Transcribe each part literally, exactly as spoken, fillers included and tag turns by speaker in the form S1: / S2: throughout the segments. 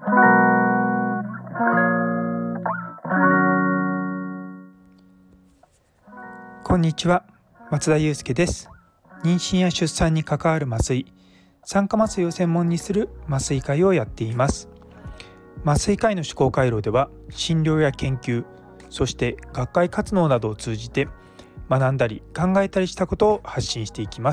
S1: こんにちは、松田祐介です。妊娠や出産に関わる麻酔、酸化麻酔を専門にする麻酔科医をやっています。麻酔科医の思考回路では、診療や研究、そして学会活動などを通じて学んだり考えたりしたことを発信していきます。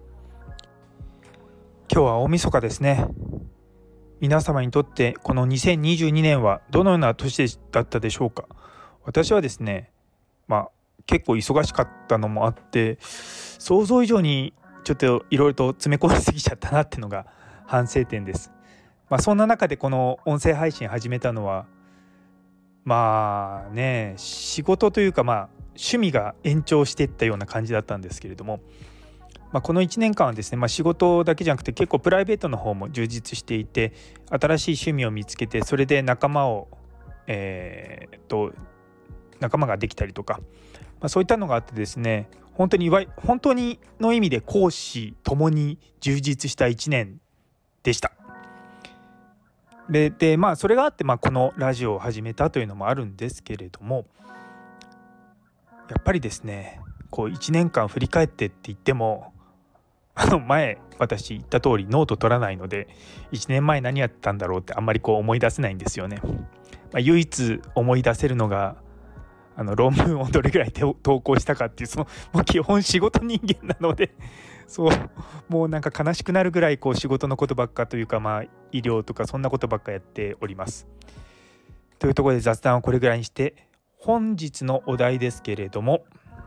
S1: 今日は大晦日ですね。皆様にとってこのにせんにじゅうにねんはどのような年だったでしょうか。私はですね、まあ結構忙しかったのもあって、想像以上にちょっといろいろと詰め込みすぎちゃったなっていうのが反省点です。まあ、そんな中でこの音声配信始めたのは、まあね、仕事というかまあ趣味が延長していったような感じだったんですけれども、まあ、このいちねんかんはですね、まあ、仕事だけじゃなくて結構プライベートの方も充実していて、新しい趣味を見つけて、それで仲間を、えー、っと仲間ができたりとか、まあ、そういったのがあってですね、本当に本当にの意味で公私ともに充実したいちねんでした。で, でまあそれがあって、まあ、このラジオを始めたというのもあるんですけれども、やっぱりですね、こういちねんかん振り返ってって言っても、あの前私言った通りノート取らないので、いちねんまえ何やったんだろうってあんまりこう思い出せないんですよね。まあ、唯一思い出せるのがあの論文をどれぐらい投稿したかっていう、そのもう基本仕事人間なので、そうもうなんか悲しくなるぐらいこう仕事のことばっかというか、まあ医療とかそんなことばっかやっております。というところで雑談をこれぐらいにして、本日のお題ですけれども、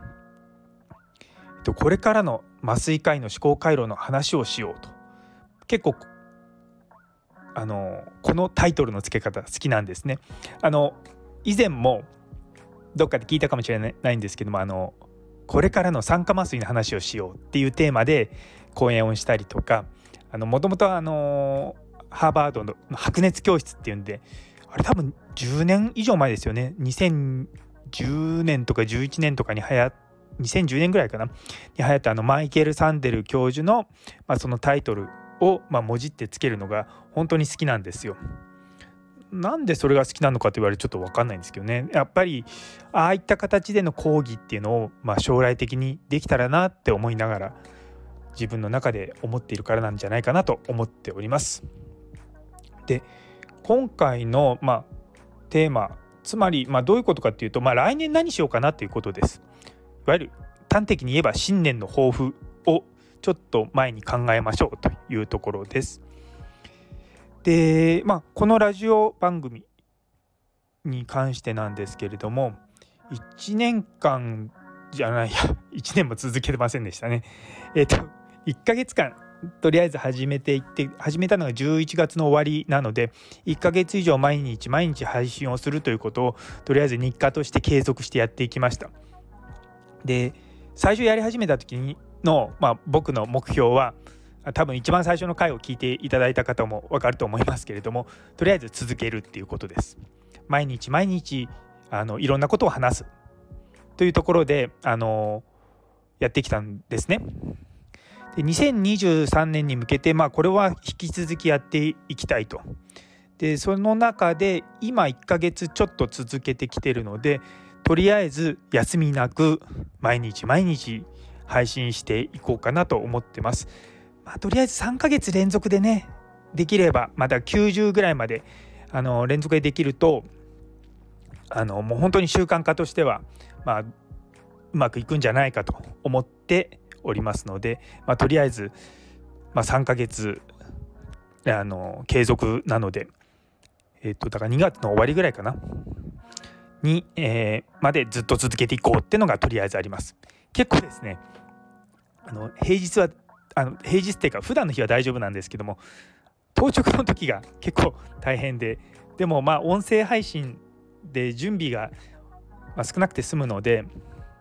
S1: これからの麻酔科医の思考回路の話をしようと。結構あのこのタイトルの付け方好きなんですね。あの以前もどっかで聞いたかもしれないんですけども、あのこれからの酸化麻酔の話をしようっていうテーマで講演をしたりとか、もともとハーバードの白熱教室っていうんで、あれ多分じゅうねん以上前ですよね。にせんじゅうねんとかじゅういちねんとかに流行っにせんじゅうねんぐらいかなに流行ったあのマイケル・サンデル教授の、まあ、そのタイトルを、まあ、もじってつけるのが本当に好きなんですよ。なんでそれが好きなのかと言われるとちょっと分かんないんですけどね。やっぱりああいった形での講義っていうのを、まあ、将来的にできたらなって思いながら自分の中で思っているからなんじゃないかなと思っております。で、今回の、まあ、テーマ、つまり、まあ、どういうことかっていうと、まあ、来年何しようかなということです。いわゆる端的に言えば新年の抱負をちょっと前に考えましょうというところです。で、まあ、このラジオ番組に関してなんですけれども、いちねんかんじゃないやいちねんも続けてませんでしたね。えっといっかげつかんとりあえず始めていって始めたのがじゅういちがつの終わりなので、いっかげつ以上毎日毎日配信をするということをとりあえず日課として継続してやっていきました。で、最初やり始めた時の、まあ、僕の目標は、多分一番最初の回を聞いていただいた方も分かると思いますけれども、とりあえず続けるっていうことです。毎日毎日あのいろんなことを話すというところであのやってきたんですね。で、にせんにじゅうさんねんに向けて、まあ、これは引き続きやっていきたいと。で、その中で今いっかげつちょっと続けてきてるので、とりあえず休みなく毎日毎日配信していこうかなと思ってます。まあ、とりあえずさんかげつ連続でね、できればまだきゅうじゅうぐらいまであの連続でできると、あのもう本当に習慣化としては、まあ、うまくいくんじゃないかと思っておりますので、まあ、とりあえず、まあ、さんかげつあの継続なので、えっとだからにがつの終わりぐらいかなに、えー、までずっと続けていこうっていうのがとりあえずあります。結構ですね、あの平日はあの平日っていうか普段の日は大丈夫なんですけども、当直の時が結構大変で、でもまあ音声配信で準備が少なくて済むので、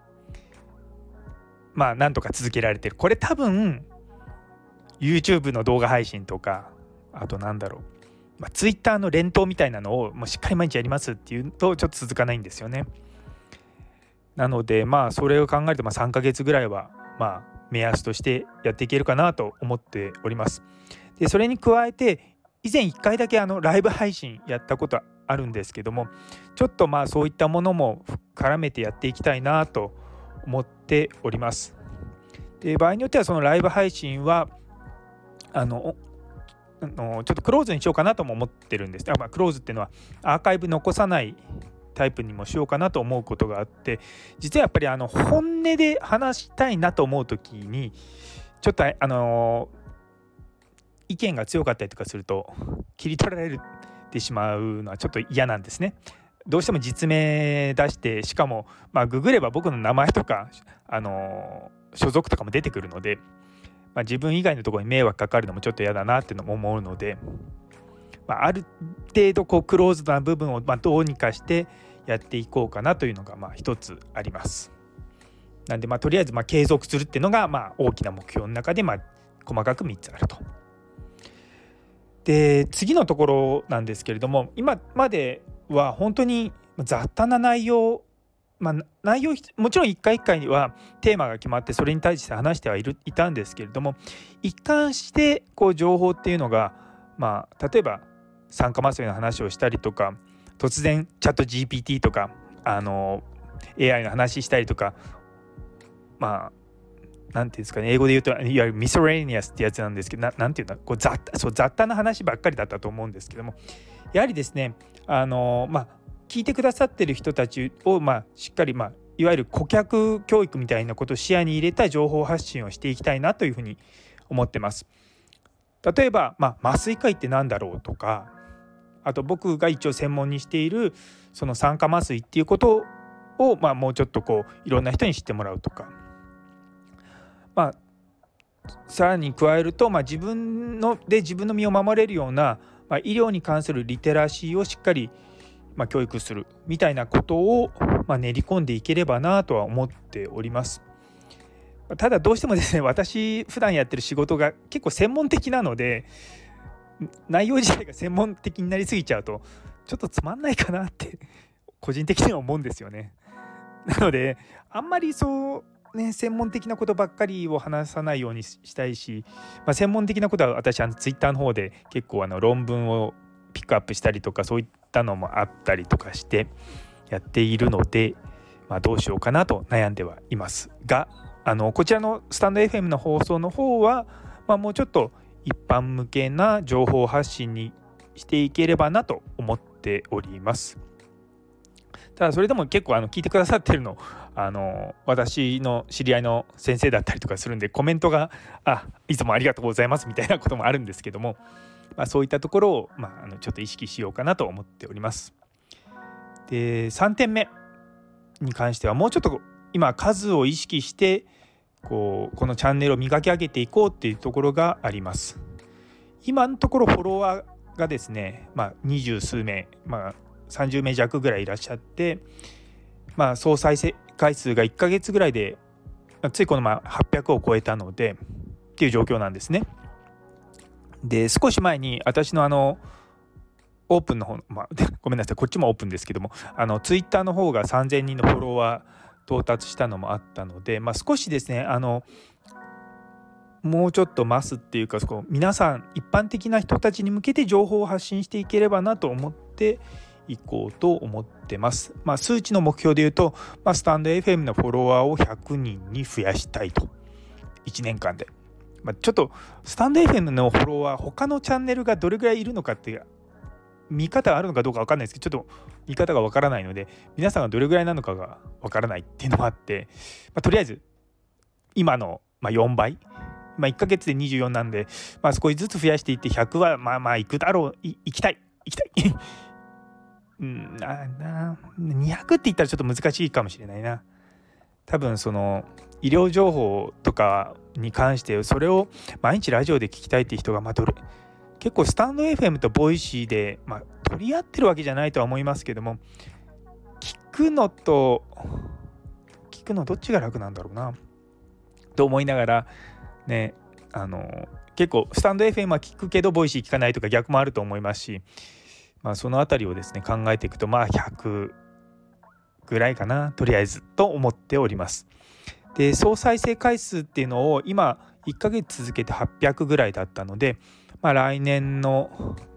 S1: まあなんとか続けられてる。これ多分 YouTube の動画配信とか、あとなんだろう、まあ、Twitter の連投みたいなのをもうしっかり毎日やりますっていうとちょっと続かないんですよね。なのでまあそれを考えると、まあさんかげつぐらいはまあ目安としてやっていけるかなと思っております。で、それに加えて以前いっかいだけあのライブ配信やったことあるんですけども、ちょっとまあそういったものも絡めてやっていきたいなと思っております。で場合によってはそのライブ配信はあのあのちょっとクローズにしようかなとも思ってるんです。あ、まあ、クローズっていうのはアーカイブ残さないタイプにもしようかなと思うことがあって、実はやっぱりあの本音で話したいなと思う時にちょっとあの意見が強かったりとかすると切り取られてしまうのはちょっと嫌なんですね。どうしても実名出して、しかもまあググれば僕の名前とかあの所属とかも出てくるので、まあ、自分以外のところに迷惑かかるのもちょっと嫌だなっていうのも思うので、まあ、ある程度こうクローズドな部分をまあどうにかしてやっていこうかなというのがまあ一つあります。なんでまあとりあえずまあ継続するっていうのがまあ大きな目標の中でまあ細かくみっつあると。で次のところなんですけれども、今までは本当に雑多な内容、まあ、内容もちろん一回一回にはテーマが決まってそれに対して話してはいるいたんですけれども、一貫してこう情報っていうのが、まあ、例えば酸化麻酔の話をしたりとか、突然チャット ジーピーティー とかあの エーアイ の話したりとか、まあなんていうんですかね、英語で言うといわゆるミソレニアスってやつなんですけど、ななんていうんだこう 雑, そう雑多な話ばっかりだったと思うんですけども、やはりですね、あのまあ聞いてくださってる人たちを、まあ、しっかり、まあ、いわゆる顧客教育みたいなことを視野に入れた情報発信をしていきたいなというふうに思ってます。例えば、まあ、麻酔科医って何だろうとか、あと僕が一応専門にしているその酸化麻酔っていうことを、まあ、もうちょっとこういろんな人に知ってもらうとか、まあ、さらに加えると、まあ、自分ので自分の身を守れるような、まあ、医療に関するリテラシーをしっかりまあ、教育するみたいなことを、まあ、練り込んでいければなとは思っております。ただどうしてもですね、私普段やってる仕事が結構専門的なので、内容自体が専門的になりすぎちゃうとちょっとつまんないかなって個人的には思うんですよね。なのであんまりそうね、専門的なことばっかりを話さないようにしたいし、まあ、専門的なことは私あのツイッターの方で結構あの論文をピックアップしたりとかそういったのもあったりとかしてやっているので、まあ、どうしようかなと悩んではいますが、あのこちらのスタンド エフエム の放送の方は、まあ、もうちょっと一般向けな情報発信にしていければなと思っております。ただそれでも結構あの聞いてくださってるのあの私の知り合いの先生だったりとかするんで、コメントがあいつもありがとうございますみたいなこともあるんですけども、まあ、そういったところを、まあ、あのちょっと意識しようかなと思っております。でさんてんめに関してはもうちょっと今数を意識してこうこのチャンネルを磨き上げていこうっていうところがあります。今のところフォロワーがですね、まあ、にじゅうすうめい、まあ、さんじゅうめい弱ぐらいいらっしゃって、まあ、総再生回数がいっかげつぐらいでついこのままはっぴゃくを超えたのでっていう状況なんですね。で少し前に私のあのオープンの方、まあ、ごめんなさいこっちもオープンですけども、あのツイッターの方がさんぜんにんのフォロワー到達したのもあったので、まあ、少しですねあのもうちょっと増すっていうか、こう皆さん一般的な人たちに向けて情報を発信していければなと思っていこうと思ってます。まあ、数値の目標でいうと、まあ、スタンド エフエム のフォロワーをひゃくにんに増やしたいといちねんかんで。まあ、ちょっとスタンド エフエム のフォロワー他のチャンネルがどれぐらいいるのかっていう見方があるのかどうか分かんないですけど、ちょっと見方が分からないので皆さんがどれぐらいなのかが分からないっていうのもあって、まあ、とりあえず今のよんばい、まあ、いっかげつでにじゅうよんなんで、まあ、少しずつ増やしていってひゃくはまあまあいくだろう、いいきたいいきたいうんななにひゃくって言ったらちょっと難しいかもしれないな。多分その医療情報とかに関してそれを毎日ラジオで聞きたいっていう人がまあどれ結構スタンド エフエム とボイシーで、まあ、取り合ってるわけじゃないとは思いますけども、聞くのと聞くのどっちが楽なんだろうなと思いながらね、あの結構スタンド エフエム は聞くけどボイシー聞かないとか逆もあると思いますし、まあ、そのあたりをですね考えていくとまあひゃくぐらいかなとりあえずと思っております。で総再生回数っていうのを今いっかげつ続けてはっぴゃくぐらいだったので、まあ、来年の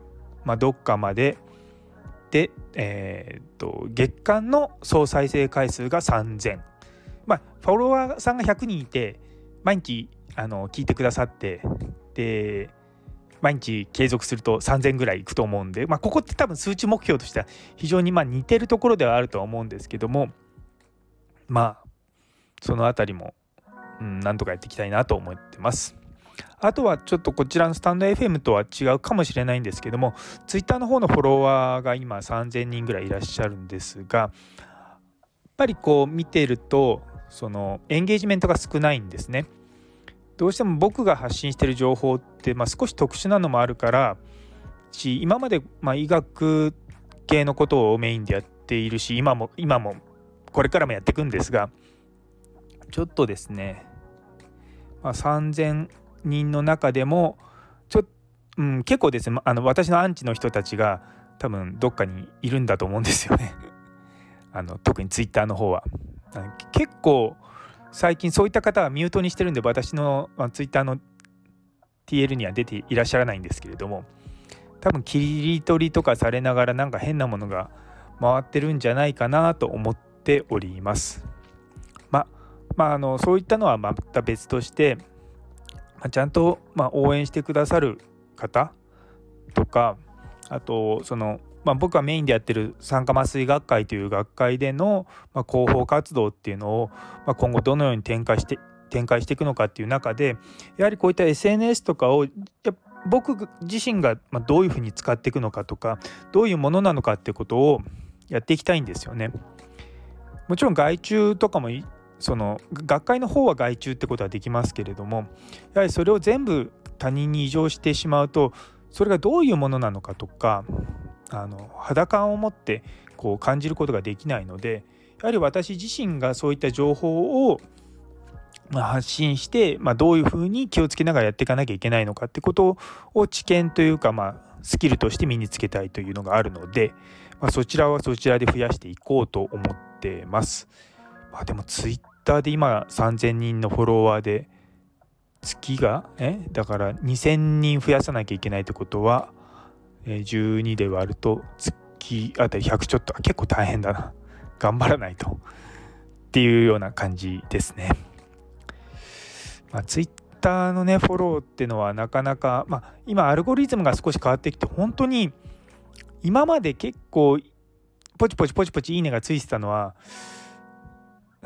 S1: まあ、どっかまでで、えー、っと月間の総再生回数がさんぜん、まあ、フォロワーさんがひゃくにんいて毎日あの聞いてくださって、で毎日継続するとさんぜんぐらいいくと思うんで、まあ、ここって多分数値目標としては非常にまあ似てるところではあるとは思うんですけども、まあそのあたりも、うん、なんとかやっていきたいなと思ってます。あとはちょっとこちらのスタンド エフエム とは違うかもしれないんですけども、ツイッターの方のフォロワーが今さんぜんにんぐらいいらっしゃるんですが、やっぱりこう見てるとそのエンゲージメントが少ないんですね。どうしても僕が発信している情報って、まあ、少し特殊なのもあるからし、今までまあ医学系のことをメインでやっているし、今も今もこれからもやっていくんですが、ちょっとですね、まあ、さんぜんにんの中でもちょ、うん、結構ですね、あの私のアンチの人たちが多分どっかにいるんだと思うんですよねあの特にツイッターの方は結構最近そういった方はミュートにしてるんで、私のツイッターの ティーエル には出ていらっしゃらないんですけれども、多分切り取りとかされながらなんか変なものが回ってるんじゃないかなと思っております。ままああのそういったのはまた別として、ちゃんとまあ応援してくださる方とか、あとそのまあ、僕がメインでやってる酸化麻酔学会という学会でのまあ広報活動っていうのをまあ今後どのように展開して展開していくのかっていう中で、やはりこういった エスエヌエス とかを僕自身がどういうふうに使っていくのかとか、どういうものなのかっていうことをやっていきたいんですよね。もちろん外注とかもその学会の方は外注ってことはできますけれども、やはりそれを全部他人に移譲してしまうと、それがどういうものなのかとか、あの肌感を持ってこう感じることができないので、やはり私自身がそういった情報を発信して、まあ、どういうふうに気をつけながらやっていかなきゃいけないのかってことを知見というか、まあ、スキルとして身につけたいというのがあるので、まあ、そちらはそちらで増やしていこうと思ってます。まあ、でもツイッターで今さんぜんにんのフォロワーで月がえだからにせんにん増やさなきゃいけないってことは、じゅうにで割ると月あたりひゃくちょっと、結構大変だな、頑張らないとっていうような感じですね。まあ、ツイッターのねフォローっていうのはなかなか、まあ、今アルゴリズムが少し変わってきて、本当に今まで結構ポチポチポチポチいいねがついてたのは、うー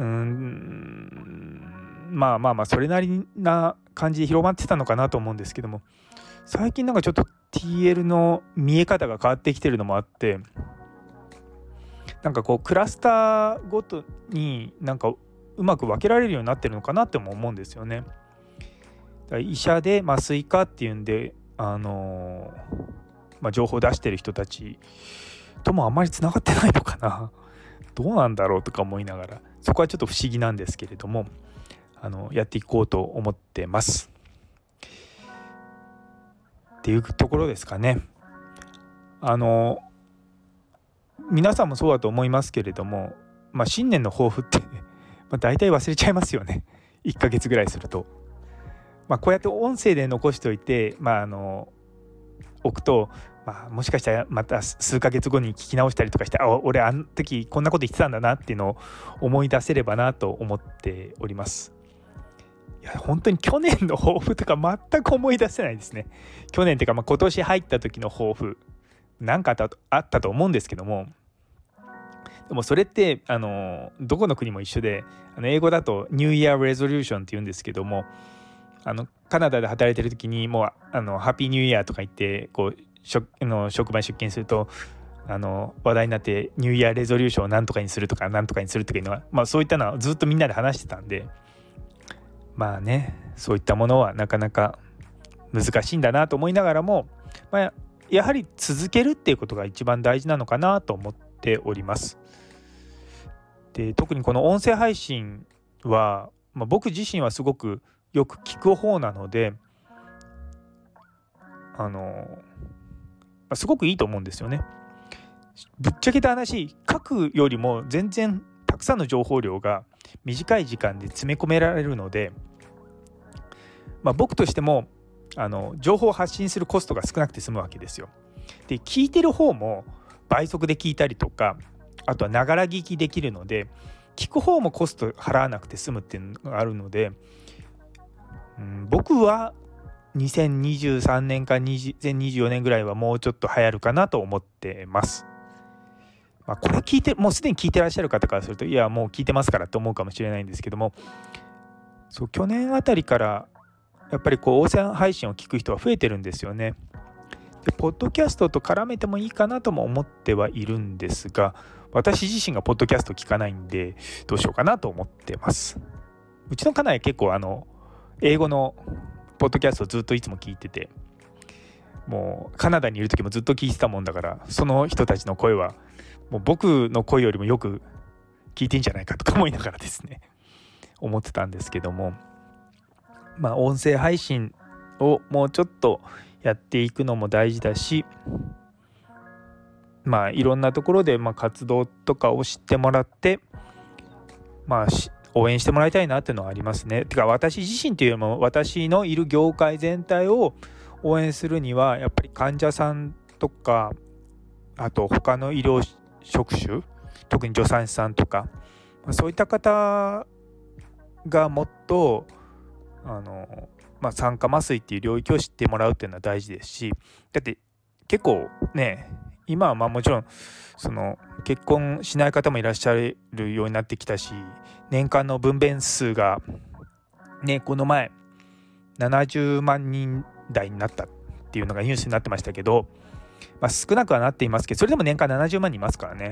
S1: んまあまあまあそれなりな感じで広まってたのかなと思うんですけども、最近なんかちょっと ティーエル の見え方が変わってきてるのもあって、なんかこうクラスターごとになんかうまく分けられるようになってるのかなっても思うんですよね。だから医者で麻酔科っていうんで、あのーまあ、情報を出してる人たちともあんまりつながってないのかなどうなんだろうとか思いながら、そこはちょっと不思議なんですけれども、あのやっていこうと思ってますっていうところですかね。あの皆さんもそうだと思いますけれども、まあ、新年の抱負ってまあ大体忘れちゃいますよねいっかげつぐらいすると。まあ、こうやって音声で残しておいて、まあ、あの置くと、まあ、もしかしたらまた数ヶ月後に聞き直したりとかして、あ、俺あの時こんなこと言ってたんだなっていうのを思い出せればなと思っております。いや本当に去年の抱負とか全く思い出せないですね。去年っていうか、まあ、今年入った時の抱負なんかあったと思うんですけども、でもそれってあのどこの国も一緒で、あの英語だとニューイヤーレゾリューションって言うんですけども、あのカナダで働いてる時にもうあのハッピーニューイヤーとか言ってこう 職, の職場に出勤すると、あの話題になってニューイヤーレゾリューションをなんとかにするとかなんとかにするとかいうのは、まあ、そういったのはずっとみんなで話してたんで、まあねそういったものはなかなか難しいんだなと思いながらも、まあ、やはり続けるっていうことが一番大事なのかなと思っております。で特にこの音声配信は、まあ、僕自身はすごくよく聞く方なので、あの、まあ、すごくいいと思うんですよね。ぶっちゃけた話、書くよりも全然たくさんの情報量が短い時間で詰め込められるので、まあ、僕としてもあの情報を発信するコストが少なくて済むわけですよ。 で聞いてる方も倍速で聞いたりとか、あとはながら聞きできるので、聞く方もコスト払わなくて済むっていうのがあるので、うん、僕はにせんにじゅうさんねんかにせんにじゅうよねんぐらいはもうちょっと流行るかなと思ってます。まあ、これ聞いてもうすでに聞いてらっしゃる方からすると、いやもう聞いてますからと思うかもしれないんですけども、そう去年あたりからやっぱりこう音声配信を聞く人は増えてるんですよね。でポッドキャストと絡めてもいいかなとも思ってはいるんですが、私自身がポッドキャスト聞かないんでどうしようかなと思ってます。うちの家内結構あの英語のポッドキャストをずっといつも聞いてて、もうカナダにいる時もずっと聞いてたもんだから、その人たちの声はもう僕の声よりもよく聞いてんじゃないかとか思いながらですね思ってたんですけども、まあ音声配信をもうちょっとやっていくのも大事だし、まあいろんなところでまあ活動とかを知ってもらって、まあ応援してもらいたいなっていうのはありますね。てか私自身というよりも私のいる業界全体を応援するには、やっぱり患者さんとか、あと他の医療職種、特に助産師さんとか、そういった方がもっとあの、まあ、酸化麻酔っていう領域を知ってもらうっていうのは大事ですし、だって結構ね、今はまあもちろんその結婚しない方もいらっしゃるようになってきたし、年間の分娩数がね、この前ななじゅうまんにん台になったっていうのがニュースになってましたけど、まあ、少なくはなっていますけど、それでも年間ななじゅうまんにんいますからね。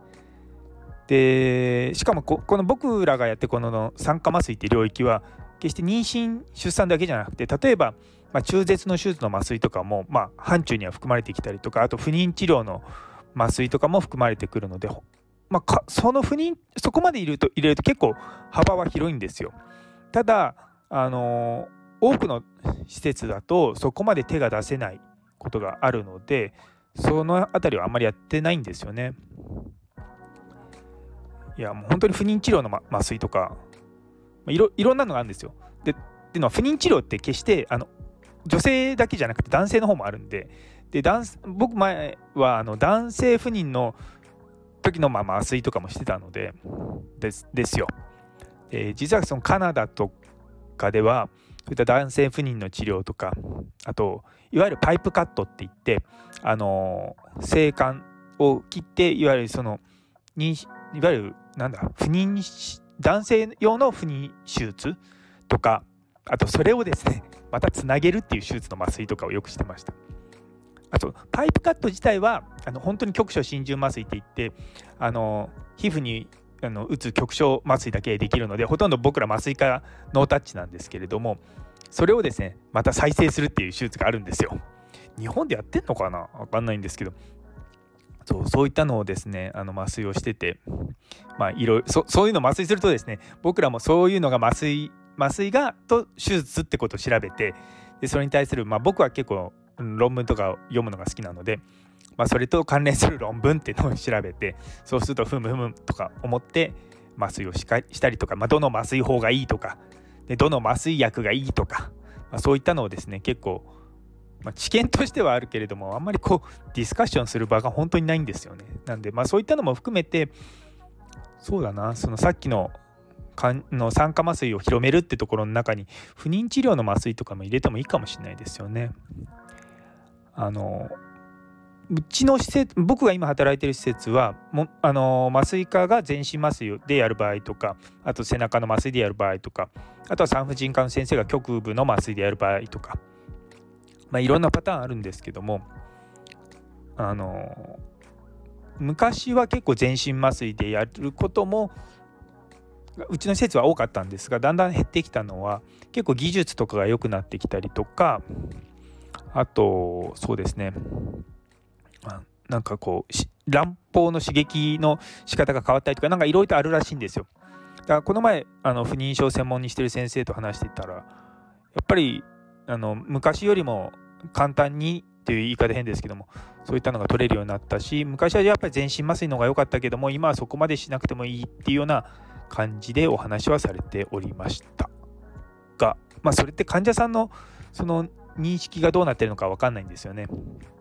S1: でしかも こ, この僕らがやってこの酸化麻酔っていう領域は決して妊娠出産だけじゃなくて、例えば、まあ、中絶の手術の麻酔とかも、まあ、範疇には含まれてきたりとか、あと不妊治療の麻酔とかも含まれてくるので、まあ、かその不妊そこまで入れると入れると結構幅は広いんですよ。ただあの多くの施設だとそこまで手が出せないことがあるので、そのあたりはあんまりやってないんですよね。いやもう本当に不妊治療の麻酔とかい ろ, いろんなのがあるんですよ。でっていうのは不妊治療って決してあの女性だけじゃなくて男性の方もあるんで、で男僕前はあの男性不妊の時のまあ麻酔とかもしてたのでですですよ。えー、実はそのカナダとかではそういった男性不妊の治療とか、あといわゆるパイプカットって言って、あのー、精管を切っていわゆるその妊いわゆるなんだ不妊男性用の不妊手術とか、あとそれをですねまたつなげるっていう手術の麻酔とかをよくしてました。あとパイプカット自体はあの本当に局所浸潤麻酔って言って、あの皮膚にあの打つ局所麻酔だけできるので、ほとんど僕ら麻酔科ノータッチなんですけれども、それをですねまた再生するっていう手術があるんですよ。日本でやってんのかな、分かんないんですけど、そう、そういったのをですねあの麻酔をしてて、まあいろいろ そ, そういうのを麻酔するとですね、僕らもそういうのが麻酔麻酔がと手術ってことを調べて、でそれに対する、まあ、僕は結構論文とかを読むのが好きなので、まあ、それと関連する論文っていうのを調べて、そうするとふむふむとか思って麻酔をしかしたりとか、まあ、どの麻酔法がいいとかでどの麻酔薬がいいとか、まあ、そういったのをですね結構、まあ、知見としてはあるけれども、あんまりこうディスカッションする場が本当にないんですよね。なんで、まあ、そういったのも含めて、そうだな、そのさっきのの酸化麻酔を広めるってところの中に不妊治療の麻酔とかも入れてもいいかもしれないですよね。あのうちの施設、僕が今働いている施設はもあの麻酔科が全身麻酔でやる場合とか、あと背中の麻酔でやる場合とか、あとは産婦人科の先生が局部の麻酔でやる場合とか、まあ、いろんなパターンあるんですけども、あの昔は結構全身麻酔でやることもうちの施設は多かったんですが、だんだん減ってきたのは結構技術とかが良くなってきたりとか、あとそうですね、なんかこう卵胞の刺激の仕方が変わったりとか、なんかいろいろとあるらしいんですよ。だからこの前あの不妊症専門にしてる先生と話してたら、やっぱりあの昔よりも簡単にっていう言い方変ですけども、そういったのが取れるようになったし、昔はやっぱり全身麻酔の方が良かったけども、今はそこまでしなくてもいいっていうような感じでお話はされておりましたが、まあそれって患者さんのその認識がどうなってるのか分かんないんですよね。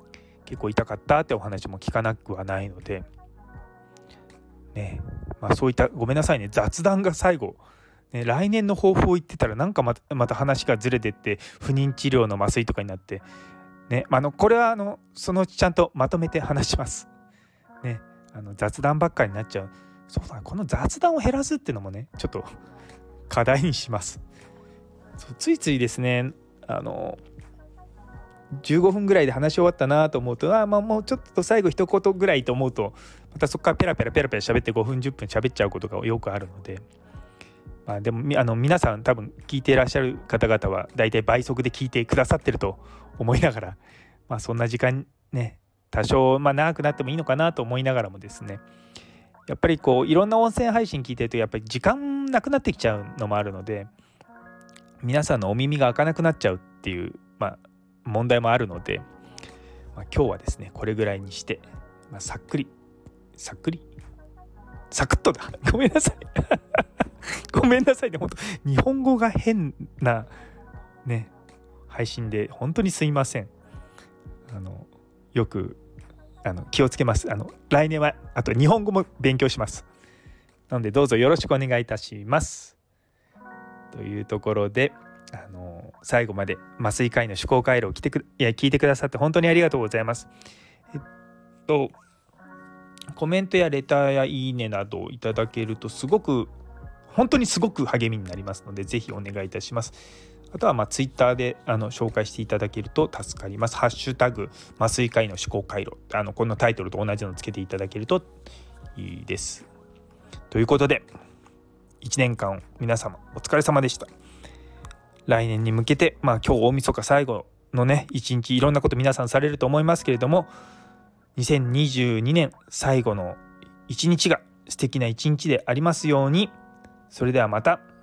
S1: 結構痛かったってお話も聞かなくはないのでね、まあ、そういったごめんなさいね雑談が最後、ね、来年の抱負を言ってたらなんかまたまた話がずれてって不妊治療の麻酔とかになってね、あのこれはあのそのうちちゃんとまとめて話しますね。あの雑談ばっかりになっちゃう。そうだ、この雑談を減らすっていうのもねちょっと課題にします。そうついついですねあのじゅうごふんぐらいで話し終わったなと思うとあ、まあ、もうちょっと最後一言ぐらいと思うとまたそこからペラペラペラペラ喋ってごふんじゅっぷん喋っちゃうことがよくあるので、まあ、でもあの皆さん多分聞いていらっしゃる方々はだいたい倍速で聞いてくださってると思いながら、まあ、そんな時間ね多少まあ長くなってもいいのかなと思いながらもですね、やっぱりこういろんな音声配信聞いてるとやっぱり時間なくなってきちゃうのもあるので皆さんのお耳が開かなくなっちゃうっていう、まあ、問題もあるので、まあ、今日はですねこれぐらいにして、まあ、さっくりさっくりサクッとだごめんなさいごめんなさいね本当日本語が変なね配信で本当にすいません。あのよくあの気をつけます。あの来年はあと日本語も勉強します。なのでどうぞよろしくお願いいたします。というところであの最後まで麻酔科医の思考回路を来てくいや聞いてくださって本当にありがとうございます。えっとコメントやレターやいいねなどいただけるとすごく本当にすごく励みになりますのでぜひお願いいたします。あとはまあツイッターであの紹介していただけると助かります。ハッシュタグ麻酔科医の思考回路あのこのタイトルと同じのをつけていただけるといいです。ということでいちねんかん皆様お疲れ様でした。来年に向けて、まあ、今日大晦日最後のね一日いろんなこと皆さんされると思いますけれどもにせんにじゅうにねん最後の一日が素敵な一日でありますように。それではまた。